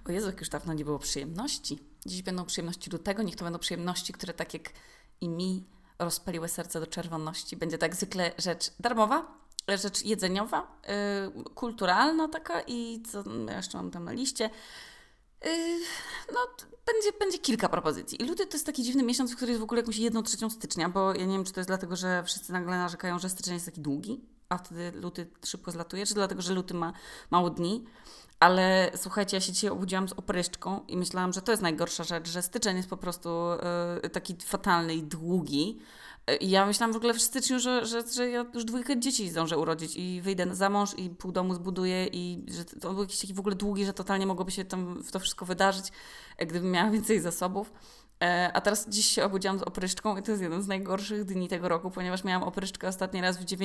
O Jezu, jak już dawno nie było przyjemności. Dziś będą przyjemności lutego, niech to będą przyjemności, które tak jak i mi rozpaliły serce do czerwoności. Będzie tak zwykle rzecz darmowa, rzecz jedzeniowa, kulturalna taka i co ja jeszcze mam tam na liście. Yy, no, będzie kilka propozycji. I luty to jest taki dziwny miesiąc, który jest w ogóle jakąś 1/3 stycznia, bo ja nie wiem, czy to jest dlatego, że wszyscy nagle narzekają, że styczeń jest taki długi, a wtedy luty szybko zlatuje, czy dlatego, że luty ma mało dni. Ale słuchajcie, ja się dzisiaj obudziłam z opryszczką i myślałam, że to jest najgorsza rzecz, że styczeń jest po prostu taki fatalny i długi. I ja myślałam w ogóle w styczniu, że ja już 2 dzieci zdążę urodzić i wyjdę za mąż i pół domu zbuduję i że to był jakiś taki w ogóle długi, że totalnie mogłoby się tam w to wszystko wydarzyć, gdybym miała więcej zasobów. A teraz dziś się obudziłam z opryszczką i to jest jeden z najgorszych dni tego roku, ponieważ miałam opryszczkę ostatni raz w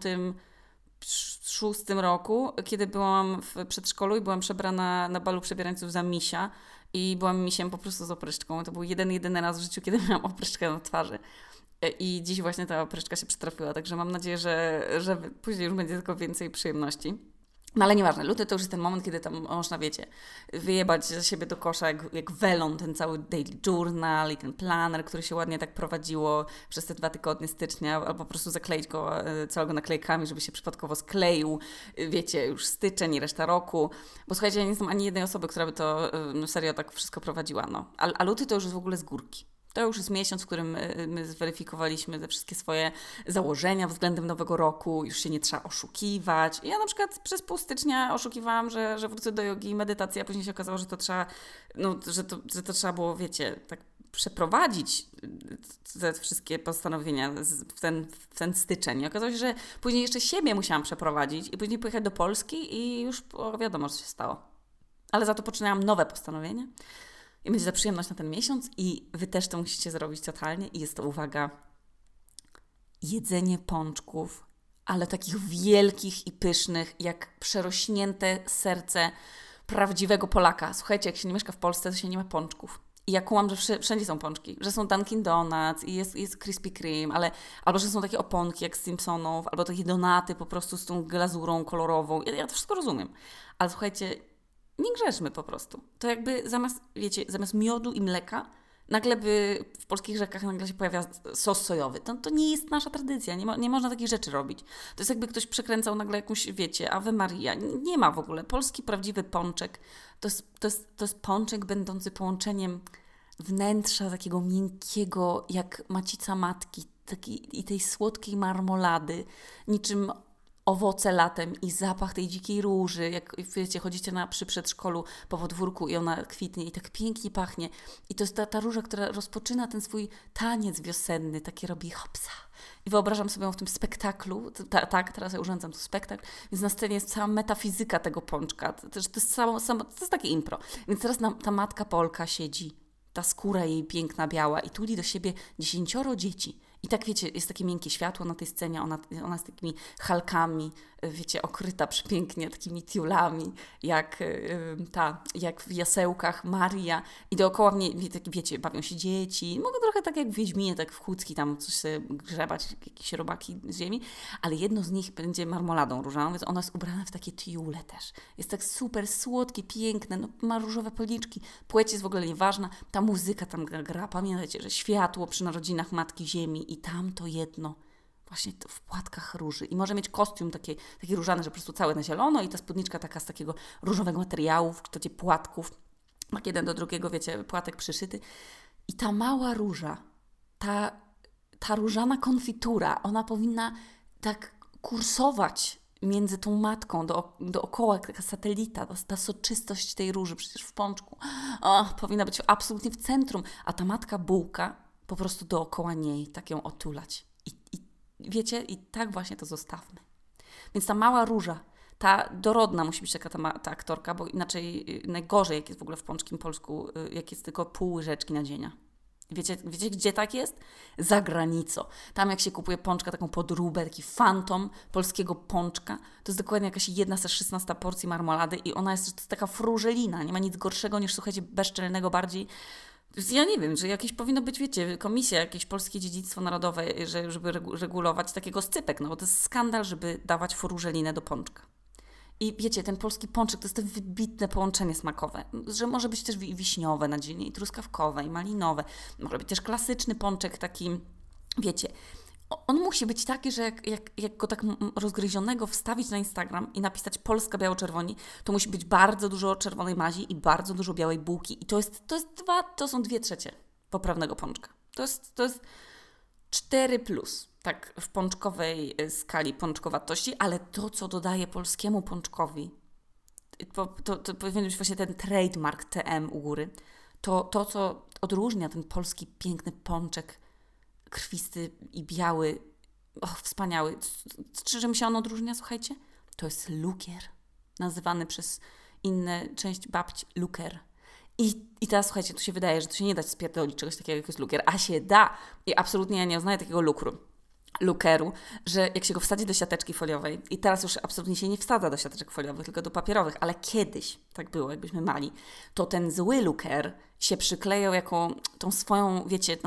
96 roku, kiedy byłam w przedszkolu i byłam przebrana na balu przebierańców za misia i byłam misiem po prostu z opryszczką. To był jedyny raz w życiu, kiedy miałam opryszczkę na twarzy. I dziś właśnie ta opryszczka się przytrafiła, także mam nadzieję, że później już będzie tylko więcej przyjemności. No ale nieważne, luty to już jest ten moment, kiedy tam można, wiecie, wyjebać za siebie do kosza jak welon, ten cały daily journal i ten planer, który się ładnie tak prowadziło przez te 2 tygodnie stycznia, albo po prostu zakleić go całego naklejkami, żeby się przypadkowo skleił, wiecie, już styczeń i reszta roku. Bo słuchajcie, ja nie znam ani jednej osoby, która by to serio tak wszystko prowadziła, no. A luty to już jest w ogóle z górki. To już jest miesiąc, w którym my zweryfikowaliśmy te wszystkie swoje założenia względem nowego roku. Już się nie trzeba oszukiwać. Ja na przykład przez pół stycznia oszukiwałam, że wrócę do jogi i medytacji, a później się okazało, że to trzeba, no, że to trzeba było, wiecie, tak przeprowadzić te wszystkie postanowienia w ten styczeń. I okazało się, że później jeszcze siebie musiałam przeprowadzić i później pojechać do Polski i już wiadomo, co się stało. Ale za to poczynałam nowe postanowienie. I będzie to przyjemność na ten miesiąc i Wy też to musicie zrobić totalnie. I jest to, uwaga, jedzenie pączków, ale takich wielkich i pysznych, jak przerośnięte serce prawdziwego Polaka. Słuchajcie, jak się nie mieszka w Polsce, to się nie ma pączków. I ja kumam, że wszędzie są pączki, że są Dunkin' Donuts i jest Krispy Kreme, albo że są takie oponki jak z Simpsonów, albo takie donaty po prostu z tą glazurą kolorową. Ja to wszystko rozumiem. Ale słuchajcie, nie grzeszmy po prostu. To jakby zamiast miodu i mleka, nagle by w polskich rzekach nagle się pojawia sos sojowy. To nie jest nasza tradycja, nie można takich rzeczy robić. To jest jakby ktoś przekręcał nagle jakąś, wiecie, Ave Maria. Nie ma w ogóle. Polski prawdziwy pączek to jest pączek będący połączeniem wnętrza takiego miękkiego, jak macica matki, i tej słodkiej marmolady, niczym owoce latem i zapach tej dzikiej róży, jak wiecie, chodzicie przy przedszkolu po podwórku i ona kwitnie i tak pięknie pachnie. I to jest ta róża, która rozpoczyna ten swój taniec wiosenny, takie robi hopsa. I wyobrażam sobie ją w tym spektaklu, tak, teraz ja urządzam tu spektakl, więc na scenie jest cała metafizyka tego pączka. To jest takie impro. Więc teraz ta matka Polka siedzi, ta skóra jej piękna, biała i tuli do siebie 10 dzieci. I tak wiecie, jest takie miękkie światło na tej scenie, ona jest takimi halkami, wiecie, okryta przepięknie, takimi tiulami, jak w jasełkach Maria. I dookoła mnie, wiecie, bawią się dzieci. Mogę trochę tak jak w Wiedźminie, tak w Chłódzki tam coś sobie grzebać, jakieś robaki z ziemi. Ale jedno z nich będzie marmoladą różaną, więc ona jest ubrana w takie tiule też. Jest tak super słodkie, piękne, no, ma różowe policzki. Płeć jest w ogóle nieważna. Ta muzyka tam gra. Pamiętajcie, że światło przy narodzinach Matki Ziemi i tam to jedno właśnie w płatkach róży. I może mieć kostium taki różany, że po prostu całe na zielono i ta spódniczka taka z takiego różowego materiału, w kształcie płatków. Tak jeden do drugiego, wiecie, płatek przyszyty. I ta mała róża, ta różana konfitura, ona powinna tak kursować między tą matką dookoła, jak taka satelita, ta soczystość tej róży przecież w pączku. Powinna być absolutnie w centrum, a ta matka bułka po prostu dookoła niej, tak ją otulać. I wiecie, i tak właśnie to zostawmy. Więc ta mała róża, ta dorodna musi być taka ta aktorka, bo inaczej najgorzej, jak jest w ogóle w pączkim polsku, jak jest tylko pół łyżeczki nadzienia. Wiecie, gdzie tak jest? Za granicą. Tam jak się kupuje pączka, taką podróbę, taki fantom polskiego pączka, to jest dokładnie jakaś 1/16 porcji marmolady i ona jest taka frużelina. Nie ma nic gorszego niż, słuchajcie, bezczelnego bardziej. Ja nie wiem, że jakieś powinno być, wiecie, komisja, jakieś polskie dziedzictwo narodowe, żeby regulować takiego scypek, no bo to jest skandal, żeby dawać frużelinę do pączka. I wiecie, ten polski pączek to jest to wybitne połączenie smakowe, że może być też wiśniowe na dzień, i truskawkowe, i malinowe. Może być też klasyczny pączek taki, wiecie, on musi być taki, że jak go tak rozgryzionego wstawić na Instagram i napisać Polska biało-czerwoni, to musi być bardzo dużo czerwonej mazi i bardzo dużo białej bułki. I to są 2/3 poprawnego pączka. To jest 4+, tak w pączkowej skali pączkowatości, ale to, co dodaje polskiemu pączkowi, to powinien być właśnie ten trademark TM u góry, to co odróżnia ten polski piękny pączek krwisty i biały, wspaniały. Czym się on odróżnia, słuchajcie? To jest lukier, nazywany przez inne część babci luker. I teraz, słuchajcie, tu się wydaje, że to się nie da spierdolić czegoś takiego, jak jest lukier, a się da. I absolutnie ja nie uznaję takiego lukeru, że jak się go wsadzi do siateczki foliowej, i teraz już absolutnie się nie wsadza do siateczek foliowych, tylko do papierowych, ale kiedyś tak było, jakbyśmy mali, to ten zły luker się przyklejał jako tą swoją, wiecie,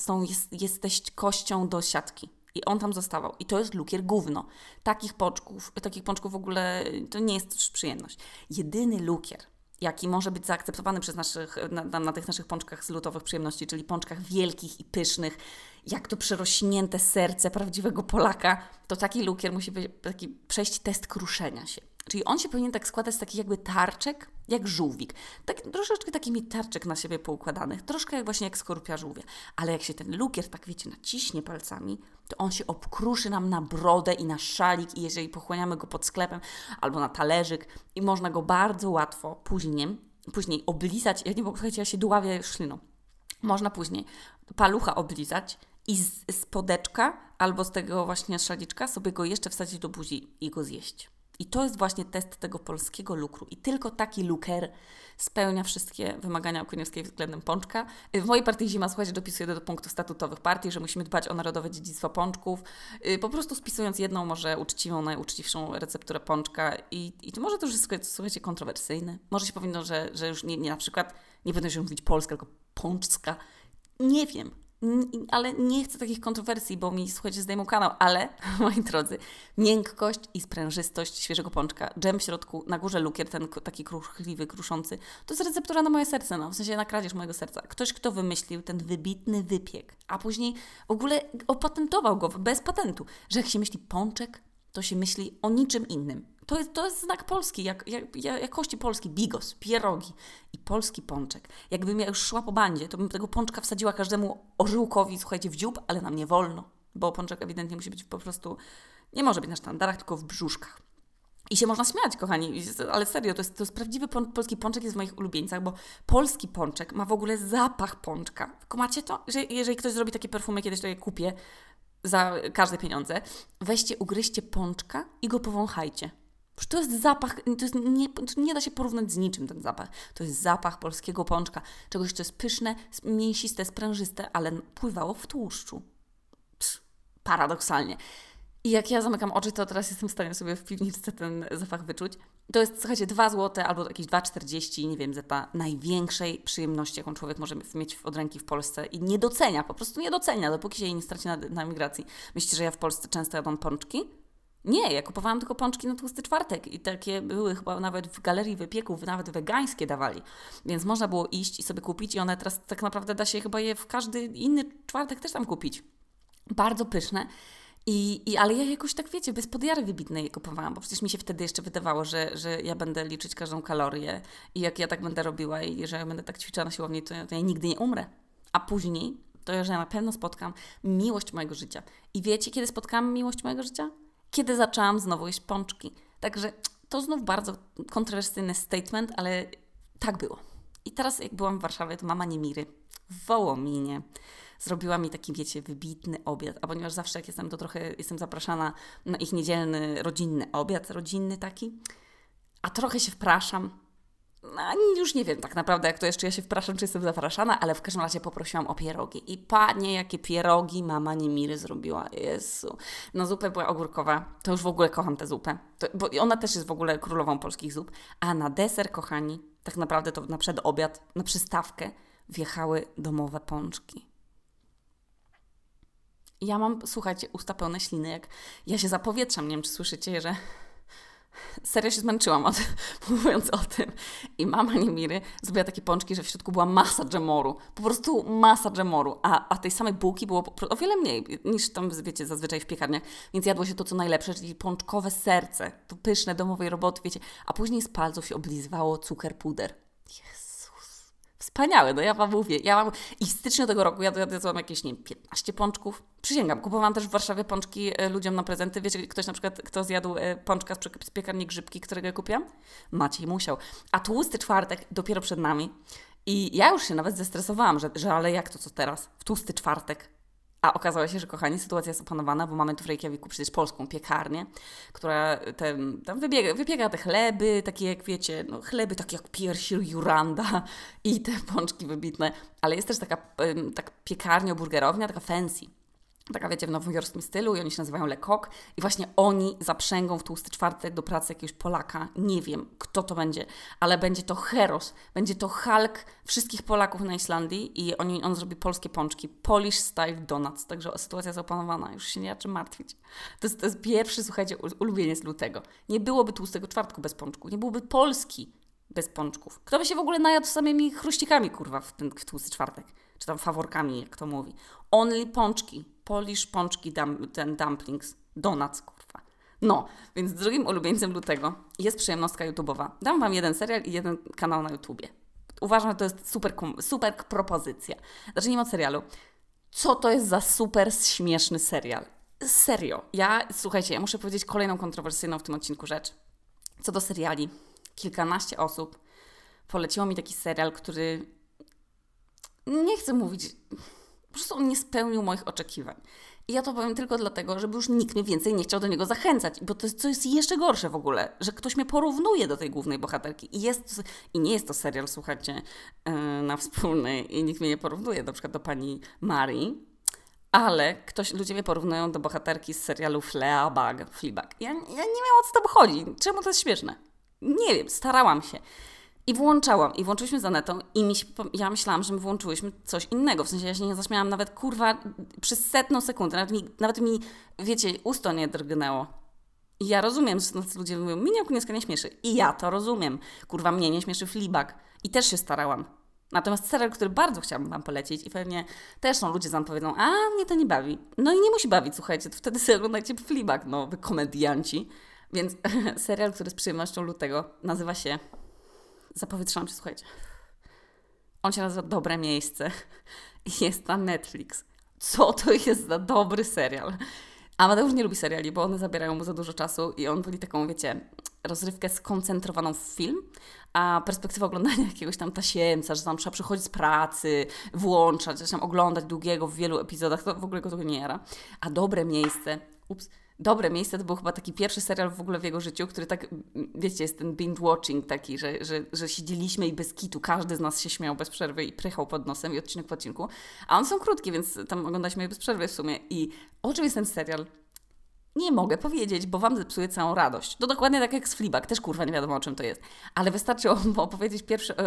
jesteś kością do siatki. I on tam zostawał. I to jest lukier gówno. Takich pączków w ogóle to nie jest przyjemność. Jedyny lukier, jaki może być zaakceptowany przez na tych naszych pączkach z lutowych przyjemności, czyli pączkach wielkich i pysznych, jak to przerośnięte serce prawdziwego Polaka, to taki lukier musi być przejść test kruszenia się. Czyli on się powinien tak składać z takich jakby tarczek, jak żółwik. Troszeczkę takimi tarczek na siebie poukładanych, troszkę właśnie jak skorupia żółwia. Ale jak się ten lukier, tak wiecie, naciśnie palcami, to on się obkruszy nam na brodę i na szalik i jeżeli pochłaniamy go pod sklepem albo na talerzyk i można go bardzo łatwo później oblizać. Ja nie mogę, słuchajcie, ja się dławię już śliną. Można później palucha oblizać i z spodeczka albo z tego właśnie szaliczka sobie go jeszcze wsadzić do buzi i go zjeść. I to jest właśnie test tego polskiego lukru. I tylko taki luker spełnia wszystkie wymagania okuniewskie względem pączka. W mojej partii Zima, słuchajcie, dopisuję do punktów statutowych partii, że musimy dbać o narodowe dziedzictwo pączków, po prostu spisując jedną może uczciwą, najuczciwszą recepturę pączka. I to może to już jest, słuchajcie, kontrowersyjne. Może się powinno, że już nie na przykład, nie będę się mówić polska, tylko pączska. Nie wiem. Ale nie chcę takich kontrowersji, bo mi, słuchajcie, zdejmą kanał, ale, moi drodzy, miękkość i sprężystość świeżego pączka, dżem w środku, na górze lukier, ten taki kruchliwy, kruszący, to jest receptura na moje serce, no, w sensie na kradzież mojego serca. Ktoś, kto wymyślił ten wybitny wypiek, a później w ogóle opatentował go bez patentu, że jak się myśli pączek, to się myśli o niczym innym. To jest znak Polski, jakości Polski, bigos, pierogi i polski pączek. Jakbym ja już szła po bandzie, to bym tego pączka wsadziła każdemu orzełkowi, słuchajcie, w dziób, ale nam nie wolno, bo pączek ewidentnie musi być po prostu, nie może być na sztandarach, tylko w brzuszkach. I się można śmiać, kochani, ale serio, to jest prawdziwy polski pączek, jest w moich ulubieńcach, bo polski pączek ma w ogóle zapach pączka. Tylko macie to, że jeżeli ktoś zrobi takie perfumy, kiedyś to je kupię za każde pieniądze, weźcie, ugryźcie pączka i go powąchajcie. To jest zapach, nie da się porównać z niczym ten zapach. To jest zapach polskiego pączka, czegoś, co jest pyszne, mięsiste, sprężyste, ale pływało w tłuszczu. Paradoksalnie. I jak ja zamykam oczy, to teraz jestem w stanie sobie w piwniczce ten zapach wyczuć. To jest, słuchajcie, 2 zł albo jakieś 2,40, nie wiem, za największej przyjemności, jaką człowiek może mieć od ręki w Polsce i nie docenia, po prostu nie docenia, dopóki się jej nie straci na emigracji. Myślicie, że ja w Polsce często jadam pączki? Nie, ja kupowałam tylko pączki na Tłusty Czwartek i takie były chyba nawet w galerii wypieków, nawet wegańskie dawali. Więc można było iść i sobie kupić i one teraz tak naprawdę da się chyba je w każdy inny czwartek też tam kupić. Bardzo pyszne. Ale ja jakoś tak, wiecie, bez podjary wybitnej je kupowałam, bo przecież mi się wtedy jeszcze wydawało, że ja będę liczyć każdą kalorię i jak ja tak będę robiła i że ja będę tak ćwiczyła na siłowni, to ja nigdy nie umrę. A później to, że ja na pewno spotkam miłość mojego życia. I wiecie, kiedy spotkałam miłość mojego życia? Kiedy zaczęłam znowu jeść pączki. Także to znów bardzo kontrowersyjny statement, ale tak było. I teraz jak byłam w Warszawie, to mama Niemiry w Wołominie zrobiła mi taki, wiecie, wybitny obiad. A ponieważ zawsze jak jestem, to trochę jestem zapraszana na ich niedzielny, rodzinny obiad, rodzinny taki. A trochę się wpraszam. No, już nie wiem tak naprawdę, jak to jeszcze ja się wpraszam, czy jestem zapraszana, ale w każdym razie poprosiłam o pierogi. I panie, jakie pierogi mama Niemiry zrobiła. Jezu. No zupę była ogórkowa. To już w ogóle kocham tę zupę. Bo ona też jest w ogóle królową polskich zup. A na deser, kochani, tak naprawdę to na przedobiad, na przystawkę wjechały domowe pączki. Ja mam, słuchajcie, usta pełne śliny, jak ja się zapowietrzam. Nie wiem, czy słyszycie, że Serio się zmęczyłam mówiąc o tym. I mama Niemiry zrobiła takie pączki, że w środku była masa dżemoru. Po prostu masa dżemoru. A tej samej bułki było o wiele mniej niż tam, wiecie, zazwyczaj w piekarniach. Więc jadło się to, co najlepsze, czyli pączkowe serce. To pyszne, domowej roboty, wiecie. A później z palców się oblizywało cukier puder. Jezus. Wspaniałe, no ja wam mówię. I w styczniu tego roku jadłam jakieś, nie wiem, 15 pączków. Przysięgam, kupowałam też w Warszawie pączki ludziom na prezenty. Wiecie, ktoś na przykład, kto zjadł pączka z piekarni Grzybki, którego ja kupiłam? Maciej musiał. A tłusty czwartek dopiero przed nami. I ja już się nawet zestresowałam, że ale jak to, co teraz? W tłusty czwartek. A okazało się, że kochani, sytuacja jest opanowana, bo mamy tu w Reykjaviku przecież polską piekarnię, która tam wybiega te chleby, takie jak wiecie, no chleby takie jak piersi Juranda i te pączki wybitne. Ale jest też taka piekarnia, burgerownia, taka fancy. Taka, wiecie, w nowojorskim stylu i oni się nazywają Le Coq i właśnie oni zaprzęgą w tłusty czwartek do pracy jakiegoś Polaka. Nie wiem, kto to będzie, ale będzie to heros, będzie to Hulk wszystkich Polaków na Islandii i on zrobi polskie pączki, Polish Style Donuts, także sytuacja jest opanowana, już się nie ma czym martwić. To jest pierwszy, słuchajcie, ulubieniec lutego. Nie byłoby tłustego czwartku bez pączku, nie byłoby Polski bez pączków. Kto by się w ogóle najadł samymi chruścikami, kurwa, w tłusty czwartek? Czy tam faworkami, jak to mówi. Only pączki. Polish pączki, ten dumplings. Donuts, kurwa. No, więc drugim ulubieńcem lutego jest przyjemnostka YouTube'owa. Dam wam jeden serial i jeden kanał na YouTubie. Uważam, że to jest super propozycja. Zacznijmy od serialu. Co to jest za super śmieszny serial? Serio. Słuchajcie, ja muszę powiedzieć kolejną kontrowersyjną w tym odcinku rzecz. Co do seriali, kilkanaście osób poleciło mi taki serial, który nie chcę mówić, po prostu on nie spełnił moich oczekiwań. I ja to powiem tylko dlatego, żeby już nikt mnie więcej nie chciał do niego zachęcać, bo to jest, co jest jeszcze gorsze w ogóle, że ktoś mnie porównuje do tej głównej bohaterki. I nie jest to serial, słuchajcie, na wspólny i nikt mnie nie porównuje, na przykład do pani Marii, ale ludzie mnie porównują do bohaterki z serialu Fleabag. Ja nie wiem, o co tam chodzi. Czemu to jest śmieszne? Nie wiem, starałam się. I włączyłyśmy z Anetą i ja myślałam, że my włączyłyśmy coś innego. W sensie ja się nie zaśmiałam nawet, kurwa, przez 100 sekundę. Nawet mi, wiecie, usto nie drgnęło. I ja rozumiem, że ludzie mówią, mnie Okuniewska nie śmieszy. I ja to rozumiem. Kurwa, mnie nie śmieszy Fleabag. I też się starałam. Natomiast serial, który bardzo chciałabym wam polecić i pewnie też są ludzie, co powiedzą, a mnie to nie bawi. No i nie musi bawić, słuchajcie, to wtedy sobie oglądajcie Fleabag, no wy komedianci. Więc serial, który z przyjemnością lutego nazywa się... Zapowietrzałam się, słuchajcie. On się nazywa Dobre Miejsce i jest na Netflix. Co to jest za dobry serial? Amadeusz nie lubi seriali, bo one zabierają mu za dużo czasu i on woli taką, wiecie, rozrywkę skoncentrowaną w film, a perspektywa oglądania jakiegoś tam tasiemca, że tam trzeba przychodzić z pracy, włączać, coś tam oglądać długiego w wielu epizodach, to w ogóle go tego nie jara. A Dobre Miejsce to był chyba taki pierwszy serial w ogóle w jego życiu, który tak, wiecie, jest ten binge-watching taki, że siedzieliśmy i bez kitu, każdy z nas się śmiał bez przerwy i prychał pod nosem i odcinek po odcinku. A one są krótkie, więc tam oglądaliśmy je bez przerwy w sumie. I o czym jest ten serial? Nie mogę powiedzieć, bo wam zepsuję całą radość. To dokładnie tak jak z Fleabag, też kurwa nie wiadomo o czym to jest. Ale wystarczy opowiedzieć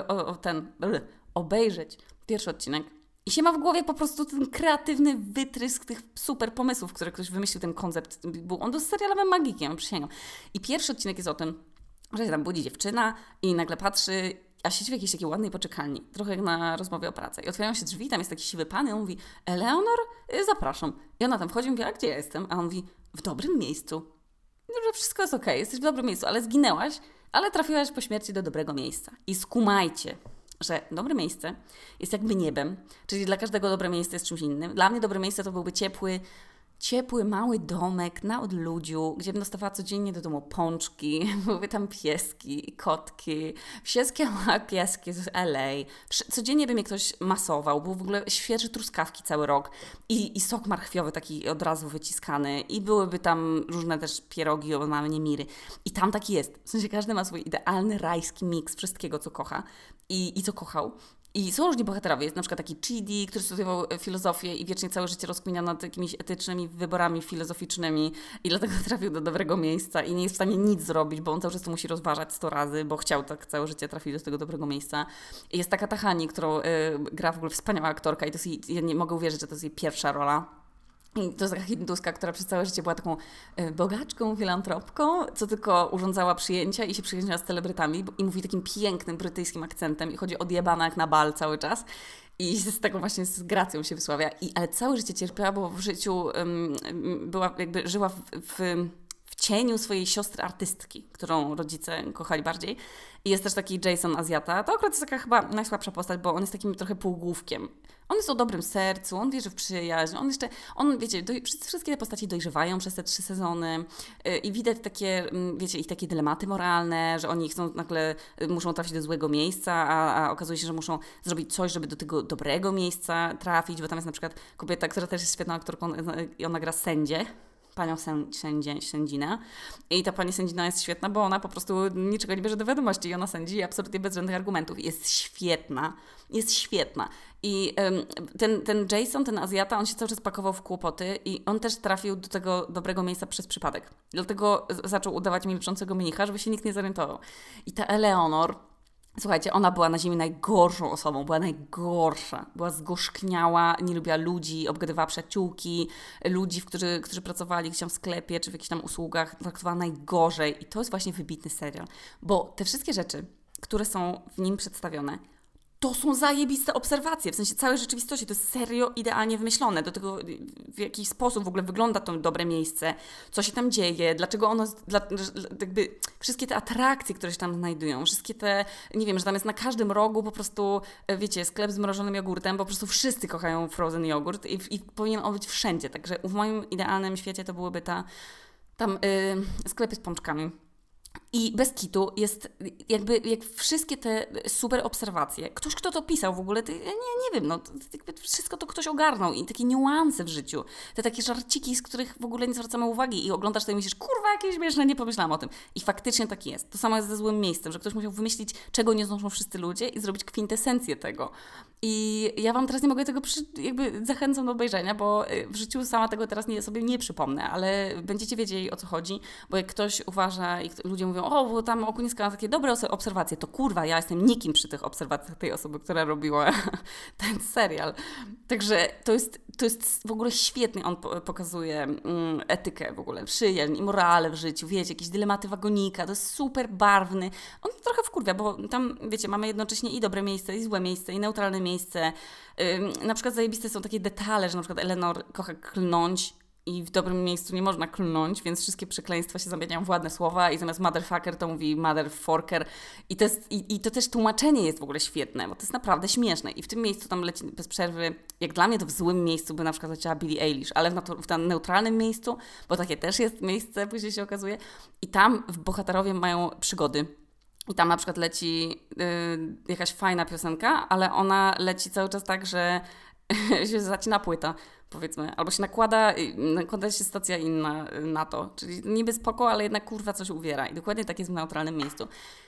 obejrzeć pierwszy odcinek. I się ma w głowie po prostu ten kreatywny wytrysk tych super pomysłów, które ktoś wymyślił, ten koncept. On był serialowym magikiem, przysięgam. I pierwszy odcinek jest o tym, że się tam budzi dziewczyna i nagle patrzy, a siedzi w jakiejś takiej ładnej poczekalni. Trochę jak na rozmowie o pracy. I otwierają się drzwi, tam jest taki siwy pan i on mówi, Eleonor, zapraszam. I ona tam wchodzi i mówi, a gdzie ja jestem? A on mówi, w dobrym miejscu. No, że wszystko jest okej, jesteś w dobrym miejscu, ale zginęłaś, ale trafiłaś po śmierci do dobrego miejsca. I skumajcie, że dobre miejsce jest jakby niebem, czyli dla każdego dobre miejsce jest czymś innym. Dla mnie dobre miejsce to byłby ciepły, mały domek na odludziu, gdzie bym dostawała codziennie do domu pączki, były tam pieski, kotki, wszystkie pieski z LA. Codziennie by mnie ktoś masował, był w ogóle świeże truskawki cały rok i sok marchwiowy taki od razu wyciskany i byłyby tam różne też pierogi od mamy Niemiry. I tam taki jest. W sensie każdy ma swój idealny rajski miks wszystkiego, co kocha i co kochał. I są różni bohaterowie. Jest na przykład taki Chidi, który studiował filozofię i wiecznie całe życie rozkminiał nad jakimiś etycznymi wyborami filozoficznymi i dlatego trafił do dobrego miejsca i nie jest w stanie nic zrobić, bo on cały czas to musi rozważać 100 razy, bo chciał tak całe życie trafić do tego dobrego miejsca. I jest taka Tahani, którą gra w ogóle wspaniała aktorka i to jest ja nie mogę uwierzyć, że to jest jej pierwsza rola. I to jest taka hinduska, która przez całe życie była taką bogaczką, filantropką, co tylko urządzała przyjęcia i się przyjaźniła z celebrytami i mówi takim pięknym brytyjskim akcentem i chodzi odjebana jak na bal cały czas. I z taką właśnie z gracją się wysławia. Ale całe życie cierpiała, bo w życiu była jakby żyła w cieniu swojej siostry artystki, którą rodzice kochali bardziej. I jest też taki Jason Azjata. To akurat jest taka chyba najsłabsza postać, bo on jest takim trochę półgłówkiem. On jest o dobrym sercu, on wierzy w przyjaźń, wiecie, wszystkie te postaci dojrzewają przez te 3 sezony i widać takie, wiecie, ich takie dylematy moralne, że oni chcą nagle, muszą trafić do złego miejsca, a okazuje się, że muszą zrobić coś, żeby do tego dobrego miejsca trafić, bo tam jest na przykład kobieta, która też jest świetną aktorką i ona gra sędzię, panią sędzinę. I ta pani sędzina jest świetna, bo ona po prostu niczego nie bierze do wiadomości i ona sędzi absolutnie bez żadnych argumentów. Jest świetna. Jest świetna. I ten Jason, ten Azjata, on się cały czas pakował w kłopoty i on też trafił do tego dobrego miejsca przez przypadek. Dlatego zaczął udawać milczącego mnicha, żeby się nikt nie zorientował. I ta Eleanor, słuchajcie, ona była na ziemi najgorszą osobą, była najgorsza. Była zgorzkniała, nie lubiła ludzi, obgadywała przyjaciółki, ludzi, którzy pracowali gdzieś tam w sklepie czy w jakichś tam usługach, traktowała najgorzej. I to jest właśnie wybitny serial, bo te wszystkie rzeczy, które są w nim przedstawione, to są zajebiste obserwacje, w sensie całej rzeczywistości, to jest serio idealnie wymyślone, do tego w jakiś sposób w ogóle wygląda to dobre miejsce, co się tam dzieje, dlaczego ono, jakby wszystkie te atrakcje, które się tam znajdują, wszystkie te, nie wiem, że tam jest na każdym rogu po prostu, wiecie, sklep z mrożonym jogurtem, po prostu wszyscy kochają frozen jogurt i powinien on być wszędzie, także w moim idealnym świecie to byłyby tam sklepy z pączkami. I bez kitu jest jakby jak wszystkie te super obserwacje. Ktoś, kto to pisał w ogóle, nie wiem, no jakby wszystko to ktoś ogarnął i takie niuanse w życiu. Te takie żarciki, z których w ogóle nie zwracamy uwagi i oglądasz to i myślisz, kurwa, jakieś śmieszne, nie pomyślałam o tym. I faktycznie tak jest. To samo jest ze złym miejscem, że ktoś musiał wymyślić, czego nie znoszą wszyscy ludzie i zrobić kwintesencję tego. I ja Wam teraz nie mogę tego jakby zachęcam do obejrzenia, bo w życiu sama tego teraz sobie nie przypomnę, ale będziecie wiedzieli, o co chodzi, bo jak ktoś uważa i ludzie mówią, o, bo tam Okuniska ma takie dobre obserwacje, to kurwa, ja jestem nikim przy tych obserwacjach tej osoby, która robiła ten serial. Także to jest w ogóle świetnie, on pokazuje etykę w ogóle, przyjaźń i morale w życiu, wiecie, jakieś dylematy wagonika, to jest super barwny. On trochę wkurwia, bo tam, wiecie, mamy jednocześnie i dobre miejsce, i złe miejsce, i neutralne miejsce. Na przykład zajebiste są takie detale, że na przykład Eleanor kocha klnąć i w dobrym miejscu nie można klnąć, więc wszystkie przekleństwa się zamieniają w ładne słowa i zamiast motherfucker to mówi motherforker i to też tłumaczenie jest w ogóle świetne, bo to jest naprawdę śmieszne i w tym miejscu tam leci bez przerwy, jak dla mnie to w złym miejscu by na przykład leciała Billie Eilish, ale w tym neutralnym miejscu, bo takie też jest miejsce, później się okazuje i tam bohaterowie mają przygody. I tam na przykład leci jakaś fajna piosenka, ale ona leci cały czas tak, że się zacina płyta, powiedzmy, albo się nakłada się stacja inna na to. Czyli niby spoko, ale jednak kurwa coś uwiera. I dokładnie tak jest w neutralnym miejscu.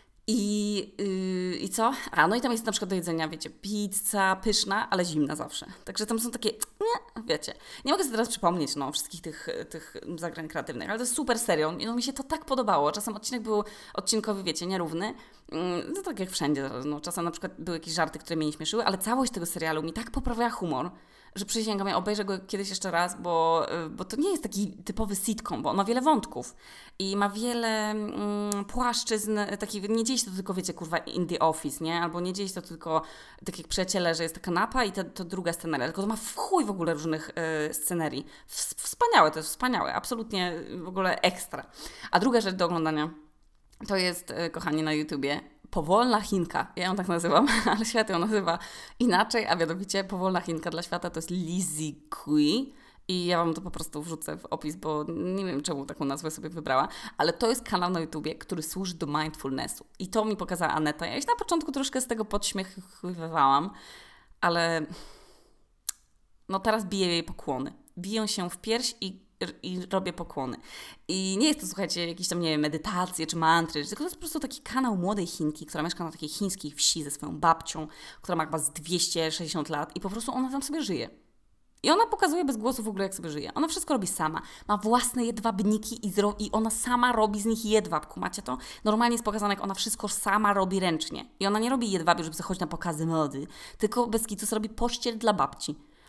I co? No i tam jest na przykład do jedzenia, wiecie, pizza pyszna, ale zimna zawsze. Także tam są takie, wiecie, nie mogę sobie teraz przypomnieć, wszystkich tych zagrań kreatywnych, ale to jest super serial. Mi się to tak podobało. Czasem odcinek był odcinkowy, wiecie, nierówny. No tak jak wszędzie. Czasem na przykład były jakieś żarty, które mnie nie śmieszyły, ale całość tego serialu mi tak poprawiała humor, że przysięgam, ja obejrzę go kiedyś jeszcze raz, bo to nie jest taki typowy sitcom, bo on ma wiele wątków i ma wiele płaszczyzn takich, nie dzieje się to tylko, wiecie, kurwa, in the office, nie? Albo nie dzieje się to tylko tak jak Przyjaciele, że jest ta kanapa i to druga sceneria, tylko to ma w chuj w ogóle różnych scenerii. Wspaniałe, to jest wspaniałe, absolutnie w ogóle ekstra. A druga rzecz do oglądania to jest, kochani, na YouTubie, Powolna Chinka. Ja ją tak nazywam, ale świat ją nazywa inaczej, a mianowicie Powolna Chinka dla świata to jest Lizzie Kui. I ja Wam to po prostu wrzucę w opis, bo nie wiem, czemu taką nazwę sobie wybrała, ale to jest kanał na YouTubie, który służy do mindfulnessu. I to mi pokazała Aneta. Ja się na początku troszkę z tego podśmiechywałam, ale teraz biję jej pokłony. Biję się w pierś i robię pokłony. I nie jest to, słuchajcie, jakieś tam, nie wiem, medytacje czy mantry, tylko to jest po prostu taki kanał młodej Chinki, która mieszka na takiej chińskiej wsi ze swoją babcią, która ma chyba z 260 lat i po prostu ona tam sobie żyje. I ona pokazuje bez głosu w ogóle, jak sobie żyje. Ona wszystko robi sama. Ma własne jedwabniki i ona sama robi z nich jedwab. Kumacie to? Normalnie jest pokazane, jak ona wszystko sama robi ręcznie. I ona nie robi jedwabiu, żeby zachodzić na pokazy mody, tylko bez kitu robi pościel dla babci.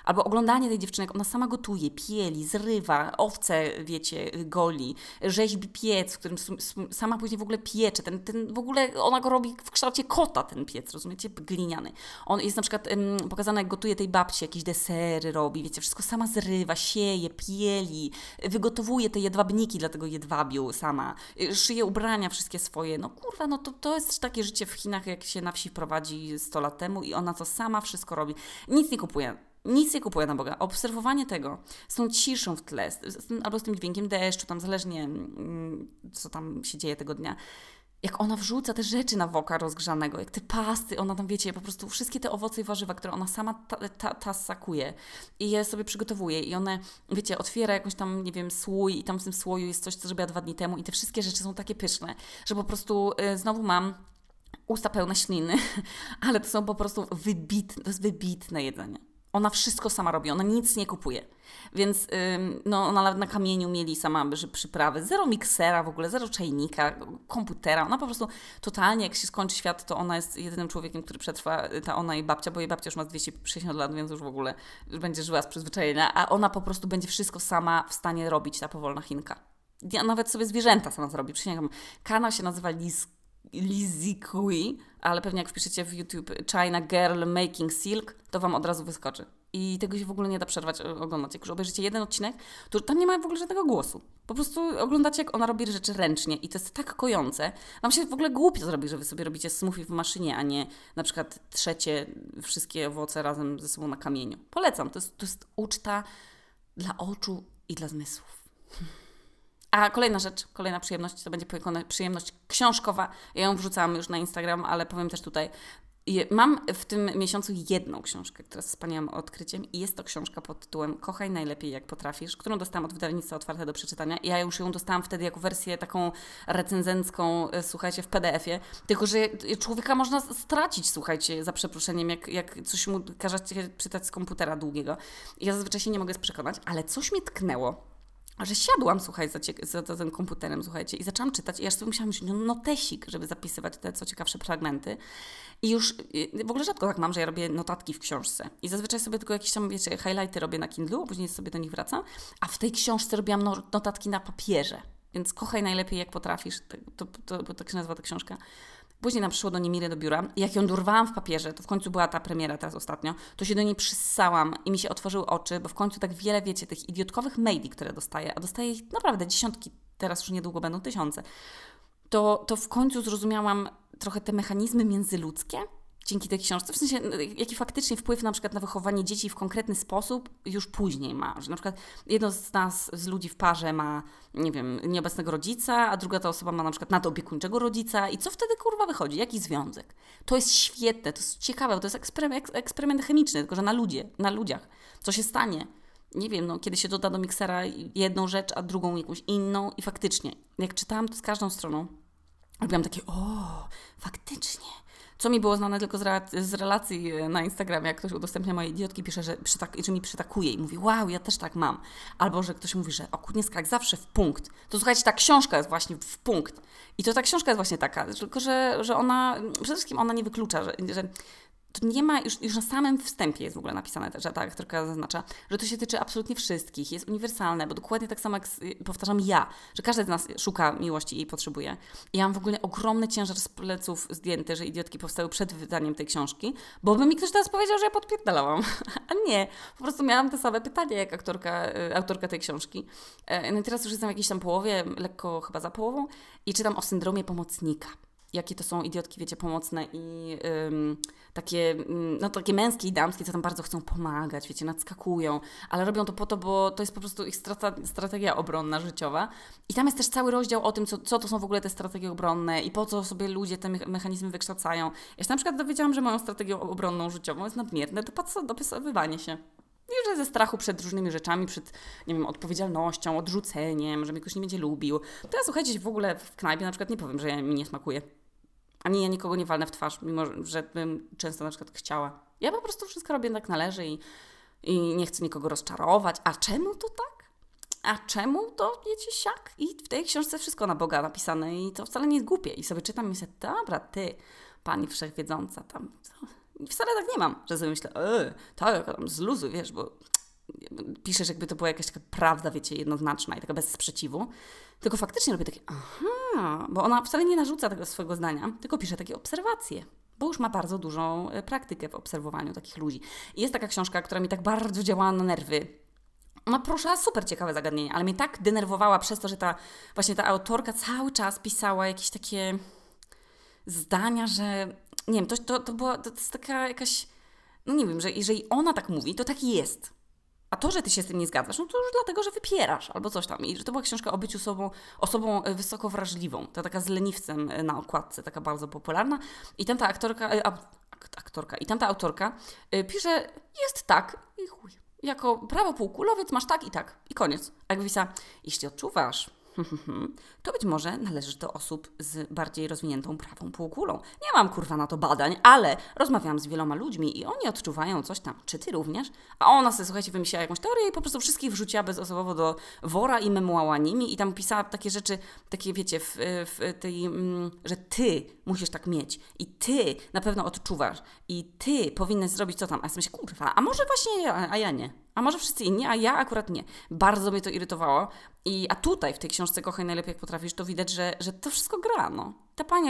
Albo oglądanie tej dziewczyny, jak ona sama gotuje, pieli, zrywa, owce, wiecie, goli, rzeźbi piec, w którym sama później w ogóle piecze. Ten w ogóle, ona go robi w kształcie kota, ten piec, rozumiecie? Gliniany. On jest na przykład pokazane, jak gotuje tej babci, jakieś desery robi, wiecie, wszystko sama zrywa, sieje, pieli, wygotowuje te jedwabniki dla tego jedwabiu sama, szyje ubrania wszystkie swoje. No kurwa, no to jest takie życie w Chinach, jak się na wsi prowadzi 100 lat temu i ona to sama wszystko robi. Nic nie kupuje. Nic nie kupuje na Boga. Obserwowanie tego z tą ciszą w tle, albo z tym dźwiękiem deszczu, tam zależnie co tam się dzieje tego dnia. Jak ona wrzuca te rzeczy na woka rozgrzanego, jak te pasty, ona tam, wiecie, po prostu wszystkie te owoce i warzywa, które ona sama tasakuje i je sobie przygotowuje i one, wiecie, otwiera jakąś tam, nie wiem, słój i tam w tym słoju jest coś, co zrobiła 2 dni temu i te wszystkie rzeczy są takie pyszne, że po prostu znowu mam usta pełne śliny, ale to są po prostu wybitne, to jest wybitne jedzenie. Ona wszystko sama robi, ona nic nie kupuje. Więc no, ona nawet na kamieniu mieli sama przyprawy. Zero miksera w ogóle, zero czajnika, komputera. Ona po prostu totalnie, jak się skończy świat, to ona jest jedynym człowiekiem, który przetrwa, ona i babcia, bo jej babcia już ma 260 lat, więc już w ogóle już będzie żyła z przyzwyczajenia, a ona po prostu będzie wszystko sama w stanie robić, ta powolna Chinka. Ja nawet sobie zwierzęta sama zrobi. Przysięgam. Kanał się nazywa Lizzy Kui, ale pewnie jak wpiszecie w YouTube China Girl Making Silk, to Wam od razu wyskoczy. I tego się w ogóle nie da przerwać oglądać. Jak już obejrzycie jeden odcinek, to tam nie ma w ogóle żadnego głosu. Po prostu oglądacie, jak ona robi rzeczy ręcznie i to jest tak kojące. Wam się w ogóle głupio zrobi, że Wy sobie robicie smoothie w maszynie, a nie na przykład trzecie wszystkie owoce razem ze sobą na kamieniu. Polecam. To jest uczta dla oczu i dla zmysłów. A kolejna rzecz, kolejna przyjemność, to będzie przyjemność książkowa. Ja ją wrzucałam już na Instagram, ale powiem też tutaj. Mam w tym miesiącu jedną książkę, która jest wspaniałym odkryciem i jest to książka pod tytułem Kochaj najlepiej jak potrafisz, którą dostałam od wydawnictwa Otwarte do przeczytania. Ja już ją dostałam wtedy jako wersję taką recenzencką, słuchajcie, w PDF-ie, tylko że człowieka można stracić, słuchajcie, za przeproszeniem, jak coś mu każecie czytać z komputera długiego. Ja zazwyczaj się nie mogę przekonać, ale coś mnie tknęło. Że siadłam, słuchaj, za tym komputerem, słuchajcie, i zaczęłam czytać i aż sobie musiałam mieć notesik, żeby zapisywać te co ciekawsze fragmenty. I już w ogóle rzadko tak mam, że ja robię notatki w książce. I zazwyczaj sobie tylko jakieś tam, wiecie, highlighty robię na Kindle, a później sobie do nich wracam. A w tej książce robiłam notatki na papierze. Więc kochaj najlepiej jak potrafisz, bo tak się nazywa ta książka. Później nam przyszło do niej Miry do biura i jak ją dorwałam w papierze, to w końcu była ta premiera teraz ostatnio, to się do niej przyssałam i mi się otworzyły oczy, bo w końcu tak wiele, wiecie, tych idiotkowych maili, które dostaję, a dostaję ich naprawdę dziesiątki, teraz już niedługo będą tysiące, to w końcu zrozumiałam trochę te mechanizmy międzyludzkie dzięki tej książce, w sensie jaki faktycznie wpływ na przykład na wychowanie dzieci w konkretny sposób już później ma, że na przykład jedno z nas, z ludzi w parze ma, nie wiem, nieobecnego rodzica, a druga ta osoba ma na przykład nadopiekuńczego rodzica i co wtedy kurwa wychodzi? Jaki związek? To jest świetne, to jest ciekawe, bo to jest eksperyment chemiczny, tylko że na ludziach. Co się stanie? Nie wiem, no, kiedy się doda do miksera jedną rzecz, a drugą jakąś inną i faktycznie, jak czytałam to z każdą stroną, robiłam takie, faktycznie. Co mi było znane tylko z relacji na Instagramie, jak ktoś udostępnia moje idiotki, pisze, że mi przytakuje i mówi, wow, ja też tak mam. Albo, że ktoś mówi, że Kudniewska jak zawsze w punkt. To słuchajcie, ta książka jest właśnie w punkt. I to ta książka jest właśnie taka, tylko że ona, przede wszystkim ona nie wyklucza, że to nie ma, już na samym wstępie jest w ogóle napisane, że ta aktorka zaznacza, że to się tyczy absolutnie wszystkich, jest uniwersalne, bo dokładnie tak samo jak powtarzam ja, że każdy z nas szuka miłości i jej potrzebuje. I ja mam w ogóle ogromny ciężar z pleców zdjęty, że idiotki powstały przed wydaniem tej książki, bo by mi ktoś teraz powiedział, że ja podpierdalałam. A nie, po prostu miałam te same pytania jak autorka tej książki. No i teraz już jestem w jakiejś tam połowie, lekko chyba za połową i czytam o syndromie pomocnika. Jakie to są idiotki, wiecie, pomocne i takie męskie i damskie, co tam bardzo chcą pomagać, wiecie, nadskakują, ale robią to po to, bo to jest po prostu ich strategia obronna życiowa. I tam jest też cały rozdział o tym, co to są w ogóle te strategie obronne i po co sobie ludzie te mechanizmy wykształcają. Ja się na przykład dowiedziałam, że moją strategią obronną życiową jest nadmierne dopasowywanie się. I że ze strachu przed różnymi rzeczami, przed, nie wiem, odpowiedzialnością, odrzuceniem, że mnie ktoś nie będzie lubił. Teraz słuchajcie, w ogóle w knajpie na przykład nie powiem, że mi nie smakuje. Ani ja nikogo nie walnę w twarz, mimo że bym często na przykład chciała. Ja po prostu wszystko robię jak należy i nie chcę nikogo rozczarować. A czemu to tak? A czemu to wiecie siak? I w tej książce wszystko na Boga napisane i to wcale nie jest głupie. I sobie czytam i myślę, dobra, ty, pani wszechwiedząca tam, I wcale tak nie mam, że sobie myślę, tak, tam zluzuj, wiesz, bo piszesz, jakby to była jakaś taka prawda, wiecie, jednoznaczna i taka bez sprzeciwu. Tylko faktycznie robię takie, bo ona wcale nie narzuca tego swojego zdania, tylko pisze takie obserwacje. Bo już ma bardzo dużą praktykę w obserwowaniu takich ludzi. I jest taka książka, która mi tak bardzo działała na nerwy. Ona poruszyła super ciekawe zagadnienie, ale mnie tak denerwowała przez to, że właśnie ta autorka cały czas pisała jakieś takie zdania, że nie wiem, to jest taka jakaś, no nie wiem, że jeżeli ona tak mówi, to tak jest. A to, że ty się z tym nie zgadzasz, no to już dlatego, że wypierasz albo coś tam. I że to była książka o byciu osobą wysoko wrażliwą. To taka z leniwcem na okładce, taka bardzo popularna. I tamta i tamta autorka pisze, jest tak i chuj. Jako prawo-półkulowiec masz tak i tak. I koniec. A jakby pisała, jeśli odczuwasz, to być może należysz do osób z bardziej rozwiniętą prawą półkulą. Nie mam kurwa na to badań, ale rozmawiałam z wieloma ludźmi i oni odczuwają coś tam. Czy ty również? A ona sobie, słuchajcie, wymyśliła jakąś teorię i po prostu wszystkich wrzuciła bezosobowo do wora i memułała nimi i tam pisała takie rzeczy, takie wiecie, w tej, że ty musisz tak mieć i ty na pewno odczuwasz i ty powinnaś zrobić co tam. A ja sobie myślę, kurwa, a może właśnie ja, a ja nie. A może wszyscy inni, a ja akurat nie. Bardzo mnie to irytowało. A tutaj w tej książce Kochaj najlepiej jak potrafisz, to widać, że to wszystko gra, no. Ta pani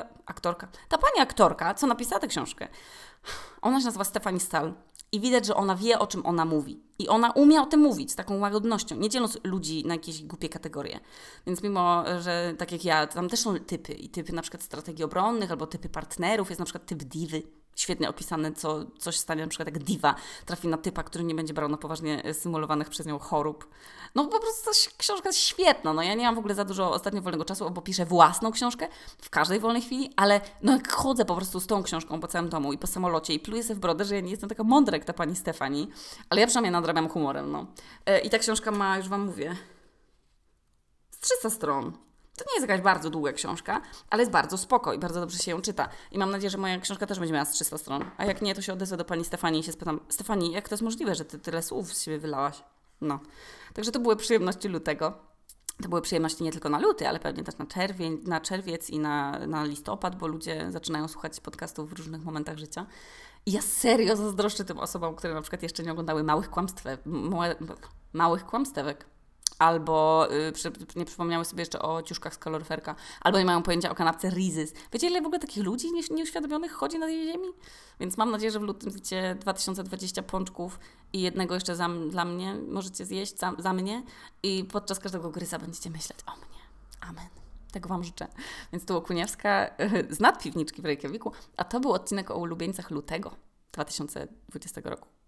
aktorka, co napisała tę książkę, ona się nazywa Stephanie Stahl i widać, że ona wie, o czym ona mówi. I ona umie o tym mówić z taką łagodnością, nie dzieląc ludzi na jakieś głupie kategorie. Więc mimo, że tak jak ja, tam też są typy i typy na przykład strategii obronnych albo typy partnerów, jest na przykład typ diwy. Świetnie opisane, coś stanie na przykład jak diwa trafi na typa, który nie będzie brał na poważnie symulowanych przez nią chorób. No po prostu ta książka jest świetna. No ja nie mam w ogóle za dużo ostatnio wolnego czasu, bo piszę własną książkę w każdej wolnej chwili, ale no jak chodzę po prostu z tą książką po całym domu i po samolocie i pluję sobie w brodę, że ja nie jestem taka mądra jak ta pani Stefani, ale ja przynajmniej nadrabiam humorem, no. I ta książka ma, już wam mówię, z 300 stron. To nie jest jakaś bardzo długa książka, ale jest bardzo spoko i bardzo dobrze się ją czyta. I mam nadzieję, że moja książka też będzie miała z 300 stron. A jak nie, to się odezwę do pani Stefanii i się spytam, Stefanii, jak to jest możliwe, że ty tyle słów z siebie wylałaś? No. Także to były przyjemności lutego. To były przyjemności nie tylko na luty, ale pewnie też na czerwiec i na listopad, bo ludzie zaczynają słuchać podcastów w różnych momentach życia. I ja serio zazdroszczę tym osobom, które na przykład jeszcze nie oglądały małych kłamstewek. Albo nie przypomniały sobie jeszcze o ciuszkach z kaloryferka, albo nie mają pojęcia o kanapce Reese's. Wiecie, ile w ogóle takich ludzi nieuświadomionych chodzi na tej ziemi? Więc mam nadzieję, że w lutym wiecie 2020 pączków i jednego jeszcze dla mnie możecie zjeść, za mnie i podczas każdego gryza będziecie myśleć o mnie. Amen. Tego Wam życzę. Więc tu Okuniewska z nadpiwniczki w Reykjaviku, a to był odcinek o ulubieńcach lutego 2020 roku.